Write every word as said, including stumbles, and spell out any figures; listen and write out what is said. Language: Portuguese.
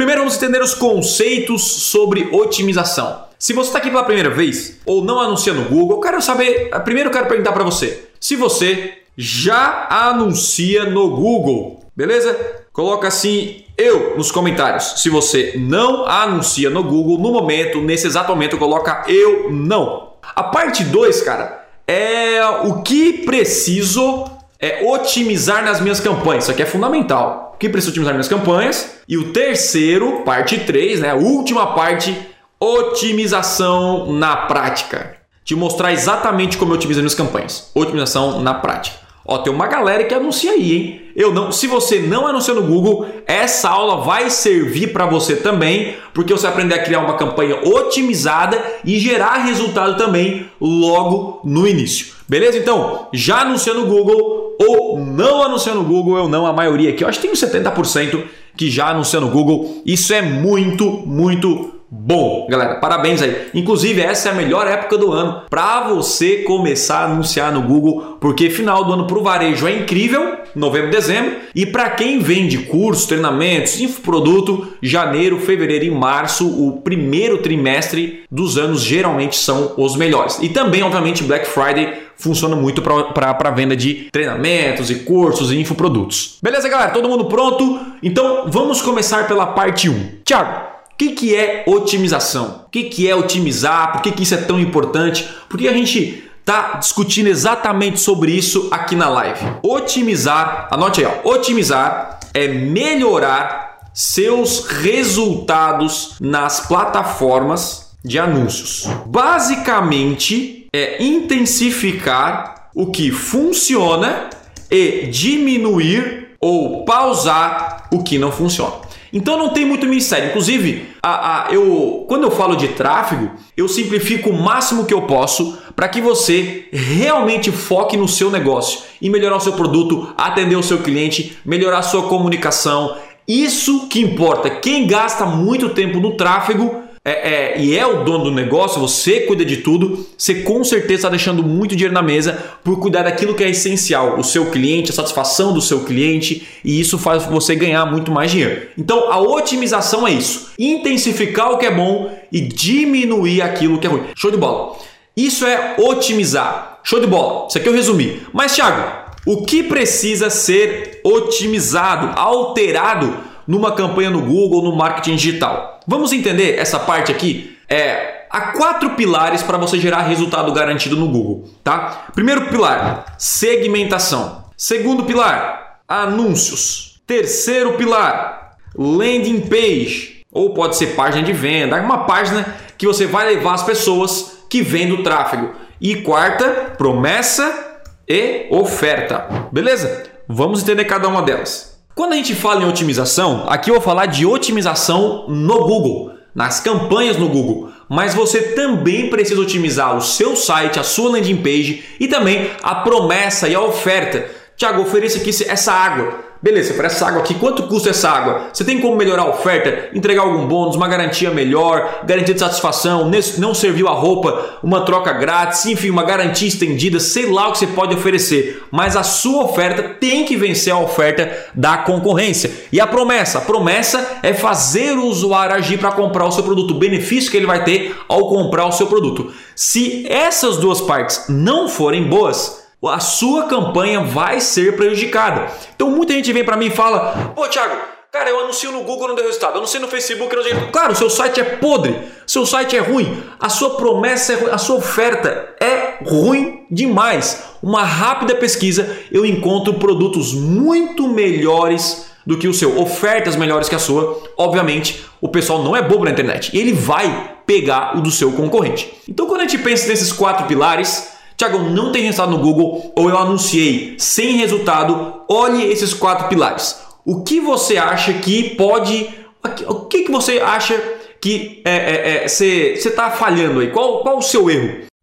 Primeiro vamos entender os conceitos sobre otimização. Se você está aqui pela primeira vez ou não anuncia no Google, eu quero saber, primeiro eu quero perguntar para você, se você já anuncia no Google, beleza? Coloca assim, eu, nos comentários. Se você não anuncia no Google, no momento, nesse exato momento, coloca eu não. A parte dois, cara, é o que preciso é, otimizar nas minhas campanhas. Isso aqui é fundamental. O que preciso otimizar nas minhas campanhas. E o terceiro, parte três, né, a última parte, otimização na prática. Te mostrar exatamente como eu otimizo as minhas campanhas. Otimização na prática. Ó, tem uma galera que anuncia aí, hein? Eu não, se você não anuncia no Google, essa aula vai servir para você também, porque você vai aprender a criar uma campanha otimizada e gerar resultado também logo no início. Beleza? Então, já anuncia no Google ou não anuncia no Google, eu não, a maioria aqui, eu acho que tem uns setenta por cento que já anuncia no Google. Isso é muito, muito bom, galera, parabéns aí. Inclusive, essa é a melhor época do ano para você começar a anunciar no Google, porque final do ano para o varejo é incrível, novembro, dezembro, e para quem vende cursos, treinamentos, infoproduto, janeiro, fevereiro e março, o primeiro trimestre dos anos geralmente são os melhores. E também, obviamente, Black Friday funciona muito para venda de treinamentos e cursos e infoprodutos. Beleza, galera? Todo mundo pronto? Então, vamos começar pela parte um. Thiago, o que, que é otimização? O que, que é otimizar? Por que, que isso é tão importante? Por que a gente está discutindo exatamente sobre isso aqui na live? Otimizar, anote aí, ó, otimizar é melhorar seus resultados nas plataformas de anúncios. Basicamente, é intensificar o que funciona e diminuir ou pausar o que não funciona. Então não tem muito mistério. Inclusive, a, a, eu, quando eu falo de tráfego, eu simplifico o máximo que eu posso para que você realmente foque no seu negócio e melhorar o seu produto, atender o seu cliente, melhorar a sua comunicação. Isso que importa. Quem gasta muito tempo no tráfego é, é, e é o dono do negócio, você cuida de tudo, você com certeza está deixando muito dinheiro na mesa por cuidar daquilo que é essencial, o seu cliente, a satisfação do seu cliente, e isso faz você ganhar muito mais dinheiro. Então a otimização é isso, intensificar o que é bom e diminuir aquilo que é ruim. Show de bola. Isso é otimizar. Show de bola. Isso aqui eu resumi. Mas Thiago, o que precisa ser otimizado, alterado numa campanha no Google, no marketing digital? Vamos entender essa parte aqui? É, há quatro pilares para você gerar resultado garantido no Google, tá? Primeiro pilar, segmentação. Segundo pilar, anúncios. Terceiro pilar, landing page, ou pode ser página de venda, uma página que você vai levar as pessoas que vendem o tráfego. E quarta, promessa e oferta. Beleza? Vamos entender cada uma delas. Quando a gente fala em otimização, aqui eu vou falar de otimização no Google, nas campanhas no Google. Mas você também precisa otimizar o seu site, a sua landing page e também a promessa e a oferta. Thiago, ofereça aqui essa água. Beleza, oferece essa água aqui. Quanto custa essa água? Você tem como melhorar a oferta? Entregar algum bônus, uma garantia melhor, garantia de satisfação, não serviu a roupa, uma troca grátis, enfim, uma garantia estendida, sei lá o que você pode oferecer. Mas a sua oferta tem que vencer a oferta da concorrência. E a promessa? A promessa é fazer o usuário agir para comprar o seu produto, o benefício que ele vai ter ao comprar o seu produto. Se essas duas partes não forem boas, a sua campanha vai ser prejudicada. Então muita gente vem para mim e fala: pô, Thiago, cara, eu anuncio no Google, não deu resultado, eu anuncio no Facebook, não deu resultado. Claro, o seu site é podre, seu site é ruim, a sua promessa é ruim, a sua oferta é ruim demais. Uma rápida pesquisa, eu encontro produtos muito melhores do que o seu, ofertas melhores que a sua. Obviamente, o pessoal não é bobo na internet, ele vai pegar o do seu concorrente. Então quando a gente pensa nesses quatro pilares, Thiago, não tem resultado no Google ou eu anunciei sem resultado, olhe esses quatro pilares. O que você acha que pode... O que, que você acha que é, é, é, você está falhando aí? Qual, qual o seu erro?